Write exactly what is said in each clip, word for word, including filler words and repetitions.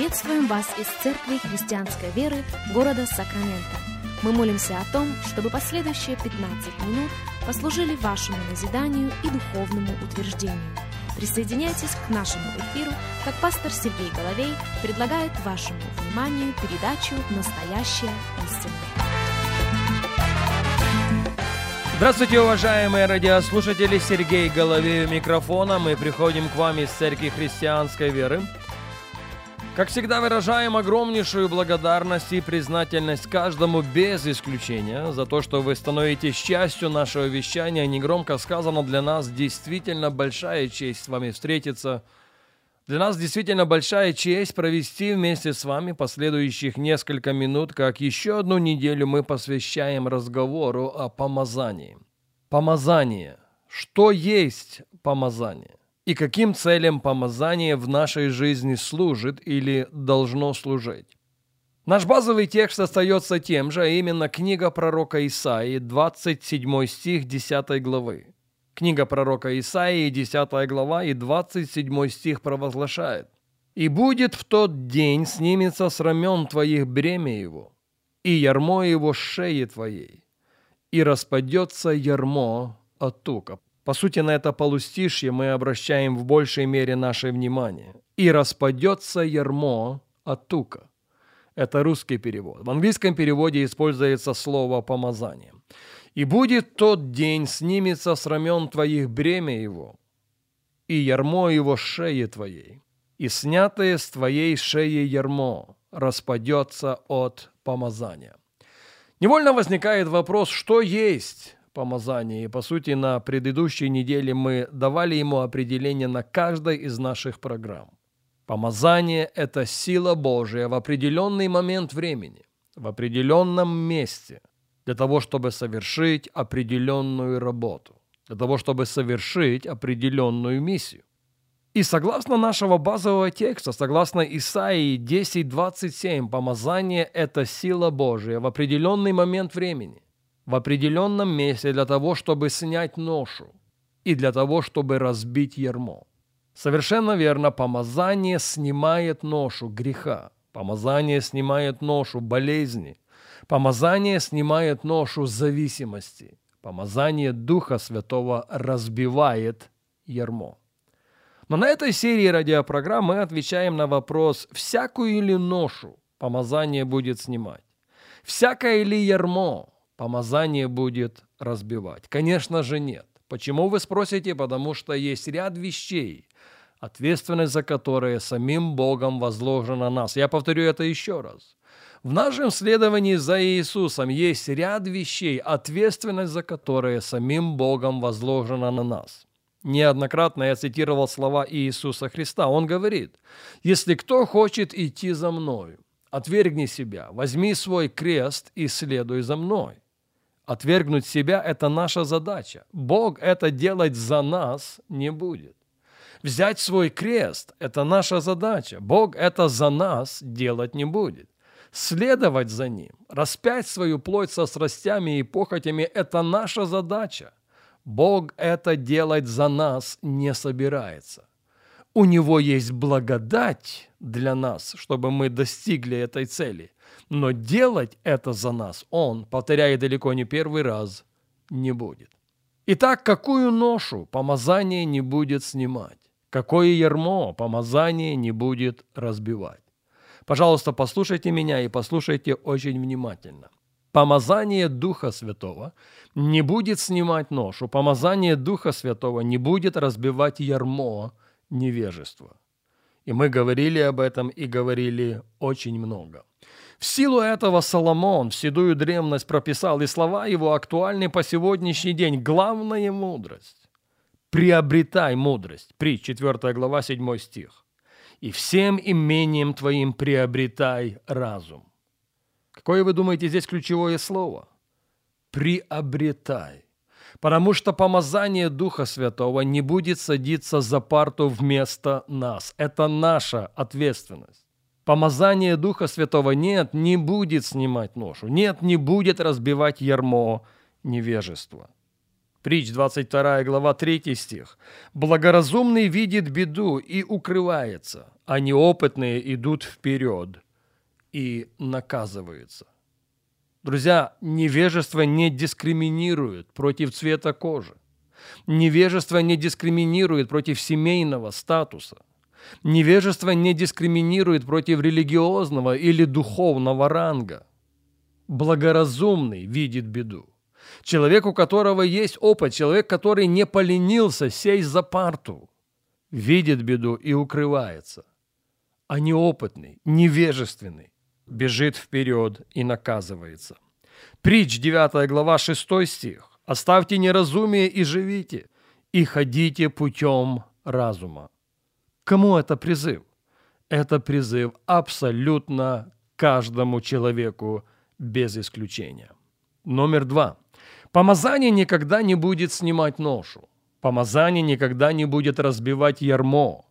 Приветствуем вас из Церкви Христианской Веры города Сакраменто. Мы молимся о том, чтобы последующие пятнадцать минут послужили вашему назиданию и духовному утверждению. Присоединяйтесь к нашему эфиру, как пастор Сергей Головей предлагает вашему вниманию передачу «Настоящая истина». Здравствуйте, уважаемые радиослушатели! Сергей Головей у микрофона. Мы приходим к вам из Церкви Христианской Веры. Как всегда, выражаем огромнейшую благодарность и признательность каждому без исключения за то, что вы становитесь частью нашего вещания. Негромко сказано, для нас действительно большая честь с вами встретиться. Для нас действительно большая честь провести вместе с вами последующих несколько минут, как еще одну неделю мы посвящаем разговору о помазании. Помазание. Что есть помазание? И каким целям помазание в нашей жизни служит или должно служить? Наш базовый текст остается тем же, а именно книга пророка Исаии, двадцать седьмой стих десятой главы. Книга пророка Исаии, десятая глава и двадцать седьмой стих провозглашает: «И будет в тот день снимется с рамен твоих бремя его, и ярмо его с шеи твоей, и распадется ярмо от тука». По сути, на это полустишье мы обращаем в большей мере наше внимание. «И распадется ярмо от тука». Это русский перевод. В английском переводе используется слово «помазание». «И будет тот день, снимется с рамен твоих бремя его, и ярмо его с шеи твоей, и снятое с твоей шеи ярмо распадется от помазания». Невольно возникает вопрос, что есть помазание. И, по сути, на предыдущей неделе мы давали ему определение на каждой из наших программ. Помазание – это сила Божия в определенный момент времени, в определенном месте, для того, чтобы совершить определенную работу, для того, чтобы совершить определенную миссию. И согласно нашего базового текста, согласно Исаии десять двадцать семь, помазание – это сила Божия в определенный момент времени, в определенном месте для того, чтобы снять ношу и для того, чтобы разбить ярмо. Совершенно верно, помазание снимает ношу греха, помазание снимает ношу болезни, помазание снимает ношу зависимости, помазание Духа Святого разбивает ярмо. Но на этой серии радиопрограмм мы отвечаем на вопрос, всякую ли ношу помазание будет снимать, всякое ли ярмо помазание будет разбивать? Конечно же нет. Почему, вы спросите? Потому что есть ряд вещей, ответственность за которые самим Богом возложена на нас. Я повторю это еще раз. В нашем следовании за Иисусом есть ряд вещей, ответственность за которые самим Богом возложена на нас. Неоднократно я цитировал слова Иисуса Христа. Он говорит: «Если кто хочет идти за Мною, отвергни себя, возьми свой крест и следуй за Мной». Отвергнуть себя – это наша задача. Бог это делать за нас не будет. Взять свой крест – это наша задача. Бог это за нас делать не будет. Следовать за Ним, распять свою плоть со страстями и похотями – это наша задача. Бог это делать за нас не собирается. У Него есть благодать для нас, чтобы мы достигли этой цели. Но делать это за нас Он, повторяя далеко не первый раз, не будет. Итак, какую ношу помазание не будет снимать? Какое ярмо помазание не будет разбивать? Пожалуйста, послушайте меня и послушайте очень внимательно. Помазание Духа Святого не будет снимать ношу, помазание Духа Святого не будет разбивать ярмо невежества. И мы говорили об этом и говорили очень много. В силу этого Соломон в седую древность прописал, и слова его актуальны по сегодняшний день. Главная мудрость. Приобретай мудрость. Притч, четвёртая глава, седьмой стих. И всем имением твоим приобретай разум. Какое, вы думаете, здесь ключевое слово? Приобретай. Потому что помазание Духа Святого не будет садиться за парту вместо нас. Это наша ответственность. Помазание Духа Святого нет, не будет снимать ношу. Нет, не будет разбивать ярмо невежества. Притч, двадцать вторая глава, третий стих. «Благоразумный видит беду и укрывается, а неопытные идут вперед и наказываются». Друзья, невежество не дискриминирует против цвета кожи. Невежество не дискриминирует против семейного статуса. Невежество не дискриминирует против религиозного или духовного ранга. Благоразумный видит беду. Человек, у которого есть опыт, человек, который не поленился сесть за парту, видит беду и укрывается. А неопытный, невежественный бежит вперед и наказывается. Притч, девятая глава, шестой стих. «Оставьте неразумие и живите, и ходите путем разума». Кому это призыв? Это призыв абсолютно каждому человеку без исключения. Номер два. Помазание никогда не будет снимать ношу. Помазание никогда не будет разбивать ярмо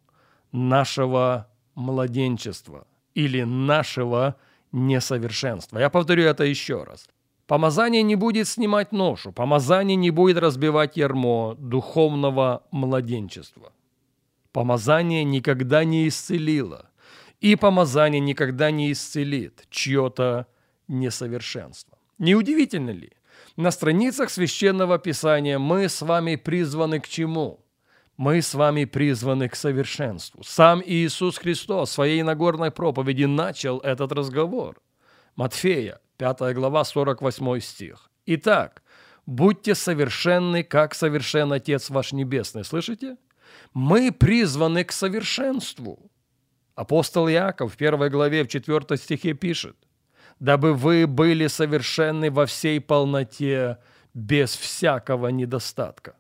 нашего младенчества или нашего несовершенства. Я повторю это еще раз. Помазание не будет снимать ношу, помазание не будет разбивать ярмо духовного младенчества. Помазание никогда не исцелило, и помазание никогда не исцелит чье-то несовершенство. Неудивительно ли? На страницах Священного Писания мы с вами призваны к чему? Мы с вами призваны к совершенству. Сам Иисус Христос в своей Нагорной проповеди начал этот разговор. Матфея, пятая глава, сорок восьмой стих. «Итак, будьте совершенны, как совершен Отец ваш Небесный». Слышите? Мы призваны к совершенству. Апостол Иаков в первой главе, в четвёртом стихе пишет: «Дабы вы были совершенны во всей полноте, без всякого недостатка».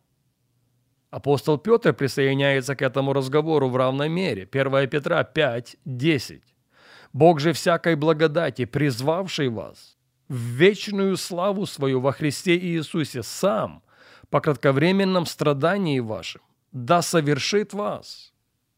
Апостол Петр присоединяется к этому разговору в равной мере. первое Петра пять, десять. «Бог же всякой благодати, призвавший вас в вечную славу свою во Христе Иисусе, сам по кратковременном страдании вашим, да совершит вас».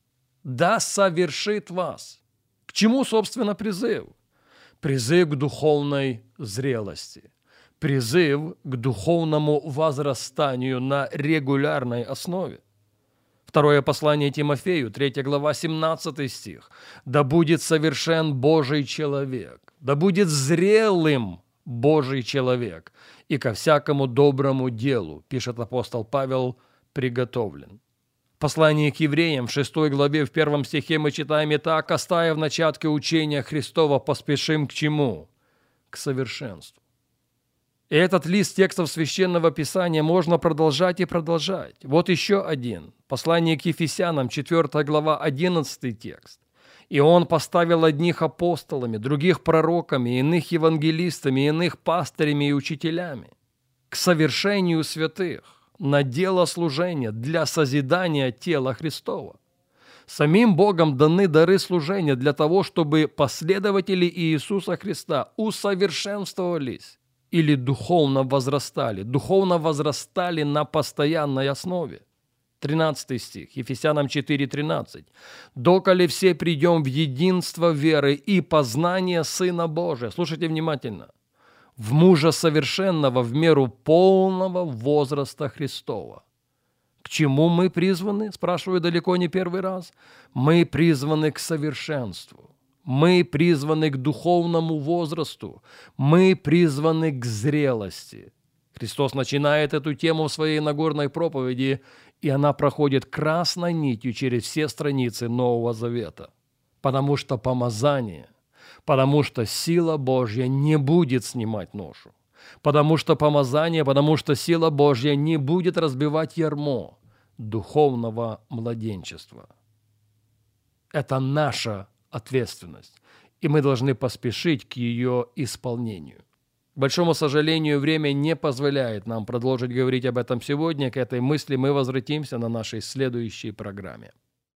Да совершит вас. К чему, собственно, призыв? Призыв к духовной зрелости. Призыв к духовному возрастанию на регулярной основе. Второе послание Тимофею, третья глава, семнадцатый стих. «Да будет совершен Божий человек, да будет зрелым Божий человек, и ко всякому доброму делу, пишет апостол Павел, приготовлен». В послании к евреям в шестой главе в первом стихе мы читаем: «Итак, оставив начатки учения Христова, поспешим к чему? К совершенству». И этот лист текстов Священного Писания можно продолжать и продолжать. Вот еще один. Послание к Ефесянам, четвёртая глава, одиннадцатый текст. «И он поставил одних апостолами, других пророками, иных евангелистами, иных пастырями и учителями к совершению святых, на дело служения для созидания тела Христова». Самим Богом даны дары служения для того, чтобы последователи Иисуса Христа усовершенствовались или духовно возрастали, духовно возрастали на постоянной основе. тринадцатый стих, Ефесянам четыре, тринадцать. «Доколе все придем в единство веры и познание Сына Божия». Слушайте внимательно. «В мужа совершенного в меру полного возраста Христова». К чему мы призваны? Спрашиваю далеко не первый раз. Мы призваны к совершенству. Мы призваны к духовному возрасту. Мы призваны к зрелости. Христос начинает эту тему в своей Нагорной проповеди, и она проходит красной нитью через все страницы Нового Завета. Потому что помазание, потому что сила Божья не будет снимать ношу. Потому что помазание, потому что сила Божья не будет разбивать ярмо духовного младенчества. Это наша ответственность, и мы должны поспешить к ее исполнению. К большому сожалению, время не позволяет нам продолжить говорить об этом сегодня. К этой мысли мы возвратимся на нашей следующей программе.